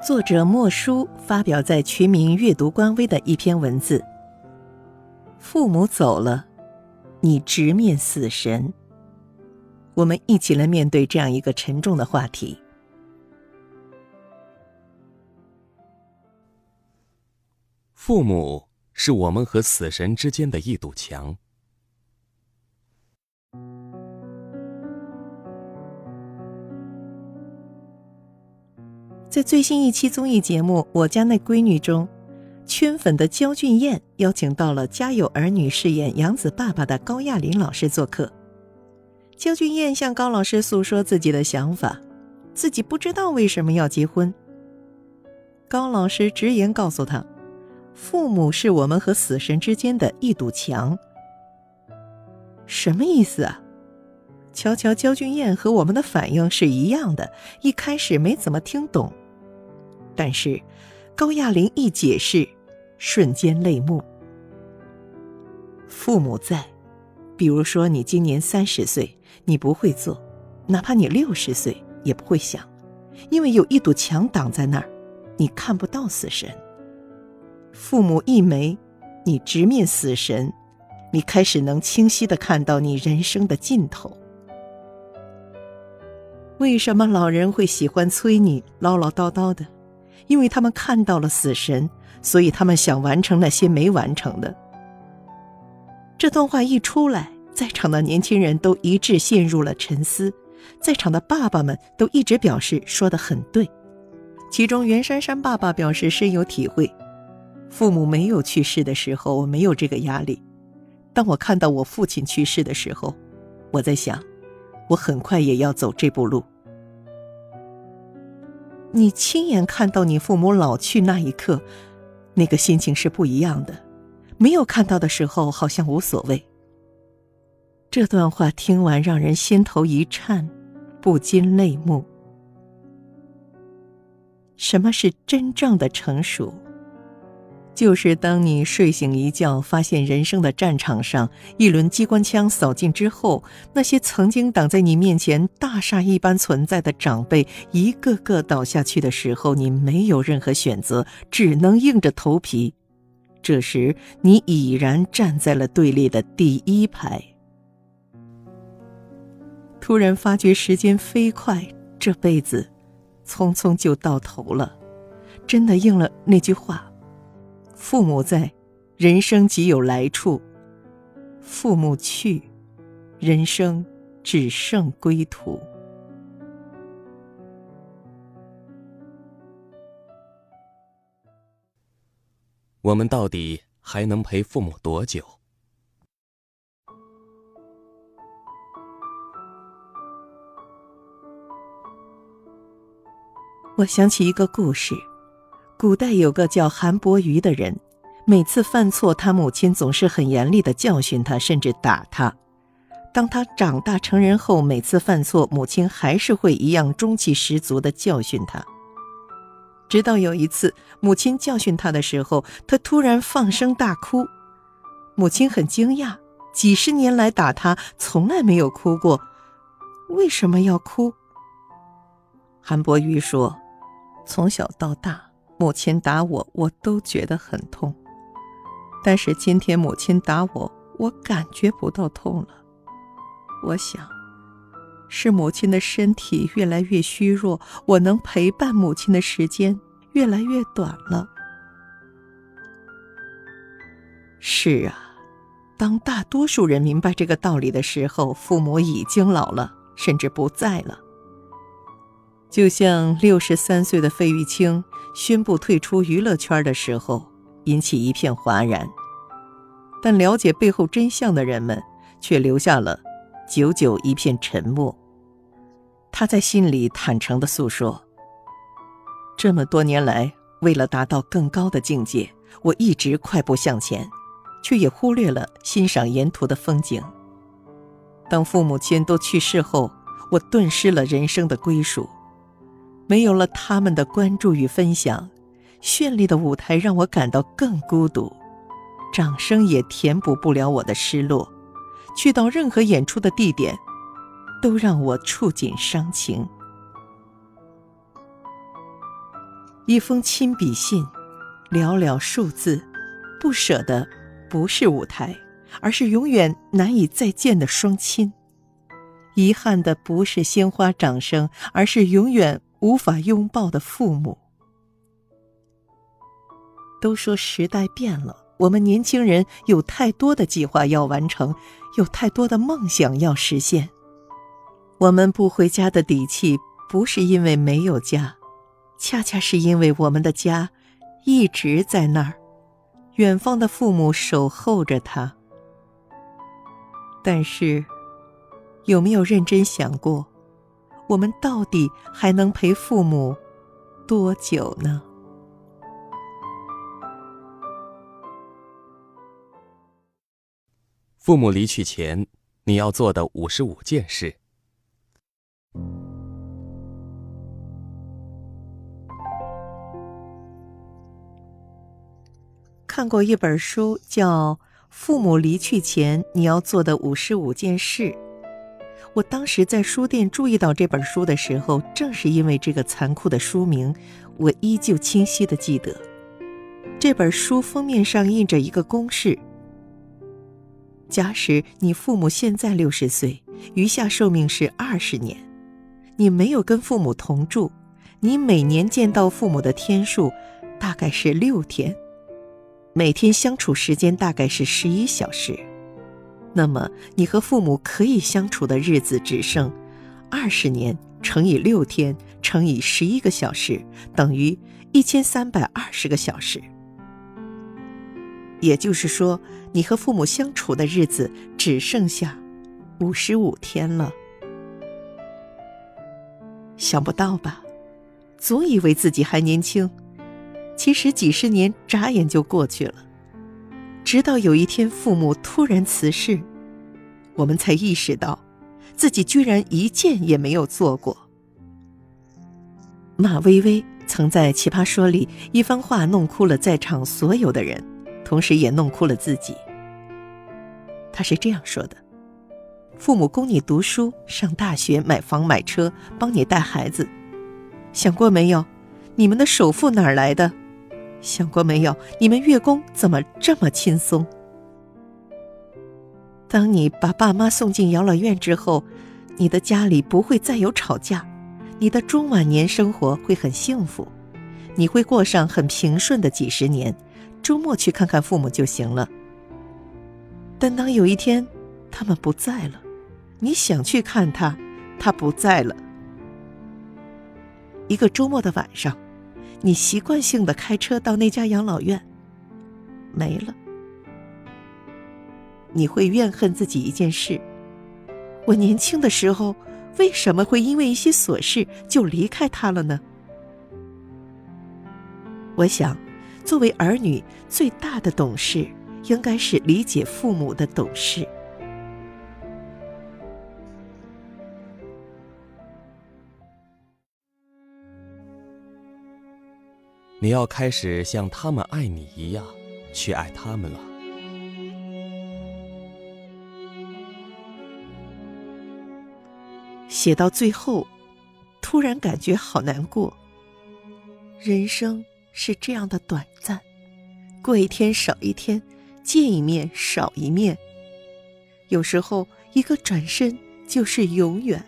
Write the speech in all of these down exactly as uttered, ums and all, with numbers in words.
作者莫书发表在全民阅读官微的一篇文字：父母走了，你直面死神。我们一起来面对这样一个沉重的话题。 父母是我们和死神之间的一堵墙。 在最新一期综艺节目《我家那闺女》中，圈粉的焦俊艳邀请到了《家有儿女》饰演杨子爸爸的高亚麟老师做客。焦俊艳向高老师诉说自己的想法，自己不知道为什么要结婚。高老师直言告诉他，父母是我们和死神之间的一堵墙。什么意思啊？瞧瞧焦俊艳和我们的反应是一样的，一开始没怎么听懂。但是高亚麟一解释，瞬间泪目。父母在，比如说你今年三十岁，你不会做，哪怕你六十岁也不会想，因为有一堵墙挡在那儿，你看不到死神。父母一没，你直面死神，你开始能清晰地看到你人生的尽头。为什么老人会喜欢催你唠唠叨叨的？因为他们看到了死神，所以他们想完成那些没完成的。这段话一出来，在场的年轻人都一致陷入了沉思，在场的爸爸们都一直表示说得很对。其中袁姗姗爸爸表示深有体会，父母没有去世的时候，我没有这个压力。当我看到我父亲去世的时候，我在想，我很快也要走这步路。你亲眼看到你父母老去那一刻，那个心情是不一样的。没有看到的时候，好像无所谓。这段话听完让人心头一颤，不禁泪目。什么是真正的成熟？就是当你睡醒一觉，发现人生的战场上一轮机关枪扫尽之后，那些曾经挡在你面前大厦一般存在的长辈一个个倒下去的时候，你没有任何选择，只能硬着头皮。这时你已然站在了队列的第一排。突然发觉时间飞快，这辈子匆匆就到头了，真的应了那句话，父母在，人生即有来处；父母去，人生只剩归途。 我们到底还能陪父母多久？ 我想起一个故事，古代有个叫韩伯瑜的人，每次犯错，他母亲总是很严厉地教训他，甚至打他。当他长大成人后，每次犯错，母亲还是会一样中气十足地教训他。直到有一次，母亲教训他的时候，他突然放声大哭。母亲很惊讶，几十年来打他，从来没有哭过，为什么要哭？韩伯瑜说，从小到大，母亲打我，我都觉得很痛。但是今天母亲打我，我感觉不到痛了。我想，是母亲的身体越来越虚弱，我能陪伴母亲的时间越来越短了。是啊，当大多数人明白这个道理的时候，父母已经老了，甚至不在了。就像六十三岁的费玉清宣布退出娱乐圈的时候，引起一片哗然，但了解背后真相的人们却留下了久久一片沉默。他在信里坦诚地诉说，这么多年来，为了达到更高的境界，我一直快步向前，却也忽略了欣赏沿途的风景。当父母亲都去世后，我顿失了人生的归属。没有了他们的关注与分享，绚丽的舞台让我感到更孤独，掌声也填补不了我的失落，去到任何演出的地点，都让我触景伤情。 一封亲笔信，寥寥数字，不舍的不是舞台，而是永远难以再见的双亲。遗憾的不是鲜花掌声，而是永远无法拥抱的父母。都说时代变了，我们年轻人有太多的计划要完成，有太多的梦想要实现。我们不回家的底气，不是因为没有家，恰恰是因为我们的家一直在那儿，远方的父母守候着他。但是有没有认真想过，我们到底还能陪父母多久呢？ 父母离去前，你要做的五十五件事。 看过一本书叫《父母离去前你要做的五十五件事》。我当时在书店注意到这本书的时候，正是因为这个残酷的书名，我依旧清晰地记得。这本书封面上印着一个公式：假使你父母现在六十岁，余下寿命是二十年，你没有跟父母同住，你每年见到父母的天数大概是六天，每天相处时间大概是十一小时，那么你和父母可以相处的日子只剩二十年乘以六天乘以十一个小时，等于一千三百二十个小时。也就是说，你和父母相处的日子只剩下五十五天了。想不到吧？总以为自己还年轻，其实几十年眨眼就过去了。直到有一天父母突然辞世，我们才意识到自己居然一件也没有做过。马薇薇曾在《奇葩说》里一番话弄哭了在场所有的人，同时也弄哭了自己。他是这样说的：父母供你读书、上大学、买房买车，帮你带孩子，想过没有，你们的首付哪儿来的？想过没有，你们月供怎么这么轻松？当你把爸妈送进养老院之后，你的家里不会再有吵架，你的中晚年生活会很幸福，你会过上很平顺的几十年，周末去看看父母就行了。但当有一天他们不在了，你想去看他，他不在了。一个周末的晚上，你习惯性地开车到那家养老院，没了。你会怨恨自己一件事：我年轻的时候为什么会因为一些琐事就离开他了呢？我想，作为儿女，最大的懂事应该是理解父母的懂事。 你要开始像他们爱你一样去爱他们了。 写到最后，突然感觉好难过。人生是这样的短暂，过一天少一天，见一面少一面，有时候一个转身就是永远。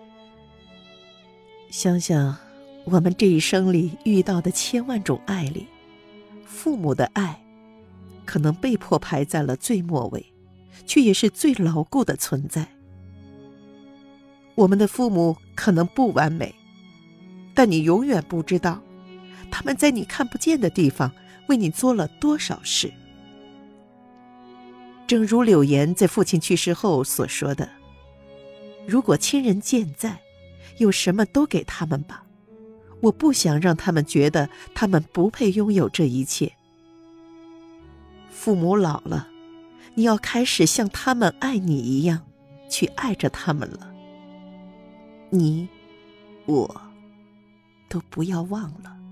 想想我们这一生里遇到的千万种爱里，父母的爱可能被迫排在了最末位，却也是最牢固的存在。我们的父母可能不完美，但你永远不知道他们在你看不见的地方为你做了多少事。正如柳岩在父亲去世后所说的：如果亲人健在，有什么都给他们吧，我不想让他们觉得他们不配拥有这一切。父母老了，你要开始像他们爱你一样去爱着他们了。你我都不要忘了。